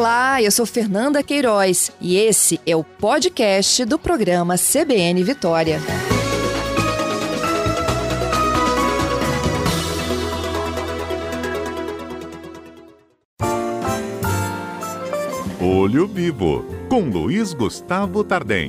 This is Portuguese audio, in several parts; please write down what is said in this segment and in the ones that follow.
Olá, eu sou Fernanda Queiroz e esse é o podcast do programa CBN Vitória. Olho Vivo, com Luiz Gustavo Tardem.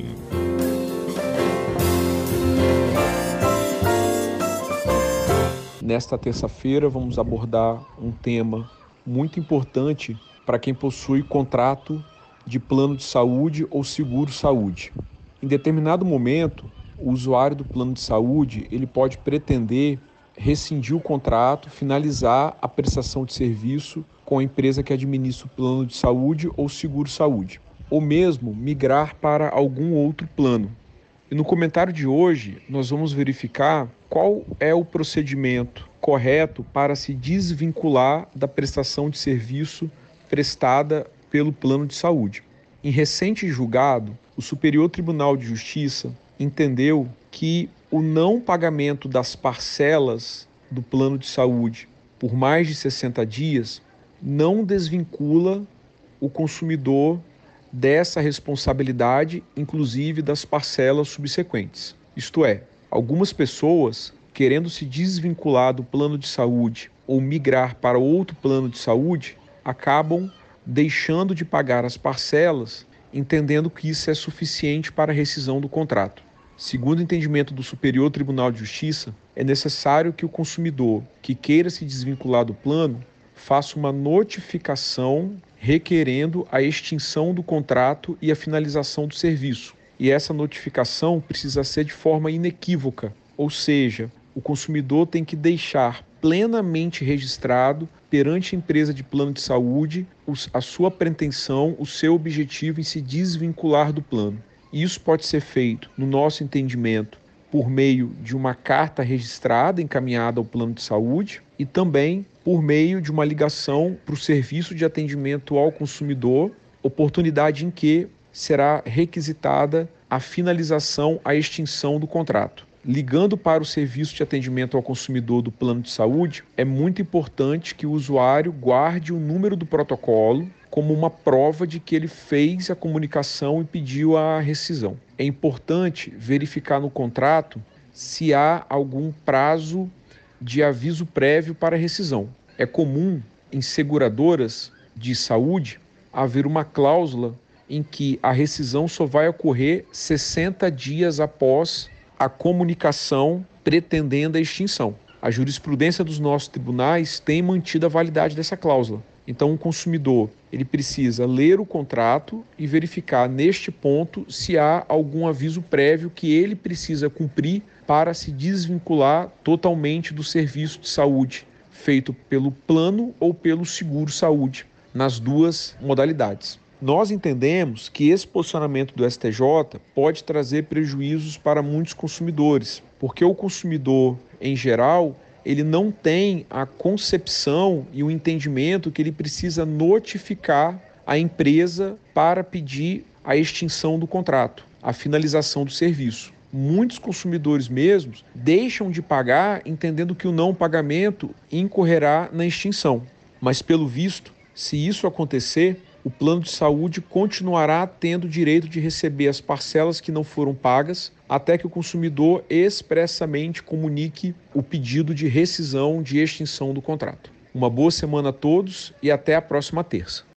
Nesta terça-feira vamos abordar um tema muito importante para quem possui contrato de plano de saúde ou seguro-saúde. Em determinado momento, o usuário do plano de saúde ele pode pretender rescindir o contrato, finalizar a prestação de serviço com a empresa que administra o plano de saúde ou seguro-saúde, ou mesmo migrar para algum outro plano. E no comentário de hoje, nós vamos verificar qual é o procedimento correto para se desvincular da prestação de serviço prestada pelo plano de saúde. Em recente julgado, o Superior Tribunal de Justiça entendeu que o não pagamento das parcelas do plano de saúde por mais de 60 dias não desvincula o consumidor dessa responsabilidade, inclusive das parcelas subsequentes. Isto é, algumas pessoas, querendo se desvincular do plano de saúde ou migrar para outro plano de saúde, acabam deixando de pagar as parcelas, entendendo que isso é suficiente para a rescisão do contrato. Segundo o entendimento do Superior Tribunal de Justiça, é necessário que o consumidor que queira se desvincular do plano faça uma notificação requerendo a extinção do contrato e a finalização do serviço. E essa notificação precisa ser de forma inequívoca, ou seja, o consumidor tem que deixar plenamente registrado perante a empresa de plano de saúde a sua pretensão, o seu objetivo em se desvincular do plano. Isso pode ser feito, no nosso entendimento, por meio de uma carta registrada encaminhada ao plano de saúde e também por meio de uma ligação para o serviço de atendimento ao consumidor, oportunidade em que será requisitada a finalização, a extinção do contrato. Ligando para o serviço de atendimento ao consumidor do plano de saúde, é muito importante que o usuário guarde o número do protocolo como uma prova de que ele fez a comunicação e pediu a rescisão. É importante verificar no contrato se há algum prazo de aviso prévio para rescisão. É comum em seguradoras de saúde haver uma cláusula em que a rescisão só vai ocorrer 60 dias após a comunicação pretendendo a extinção. A jurisprudência dos nossos tribunais tem mantido a validade dessa cláusula. Então, o consumidor ele precisa ler o contrato e verificar neste ponto se há algum aviso prévio que ele precisa cumprir para se desvincular totalmente do serviço de saúde feito pelo plano ou pelo seguro-saúde, nas duas modalidades. Nós entendemos que esse posicionamento do STJ pode trazer prejuízos para muitos consumidores, porque o consumidor, em geral, ele não tem a concepção e o entendimento que ele precisa notificar a empresa para pedir a extinção do contrato, a finalização do serviço. Muitos consumidores mesmos deixam de pagar entendendo que o não pagamento incorrerá na extinção. Mas, pelo visto, se isso acontecer, o plano de saúde continuará tendo o direito de receber as parcelas que não foram pagas até que o consumidor expressamente comunique o pedido de rescisão de extinção do contrato. Uma boa semana a todos e até a próxima terça.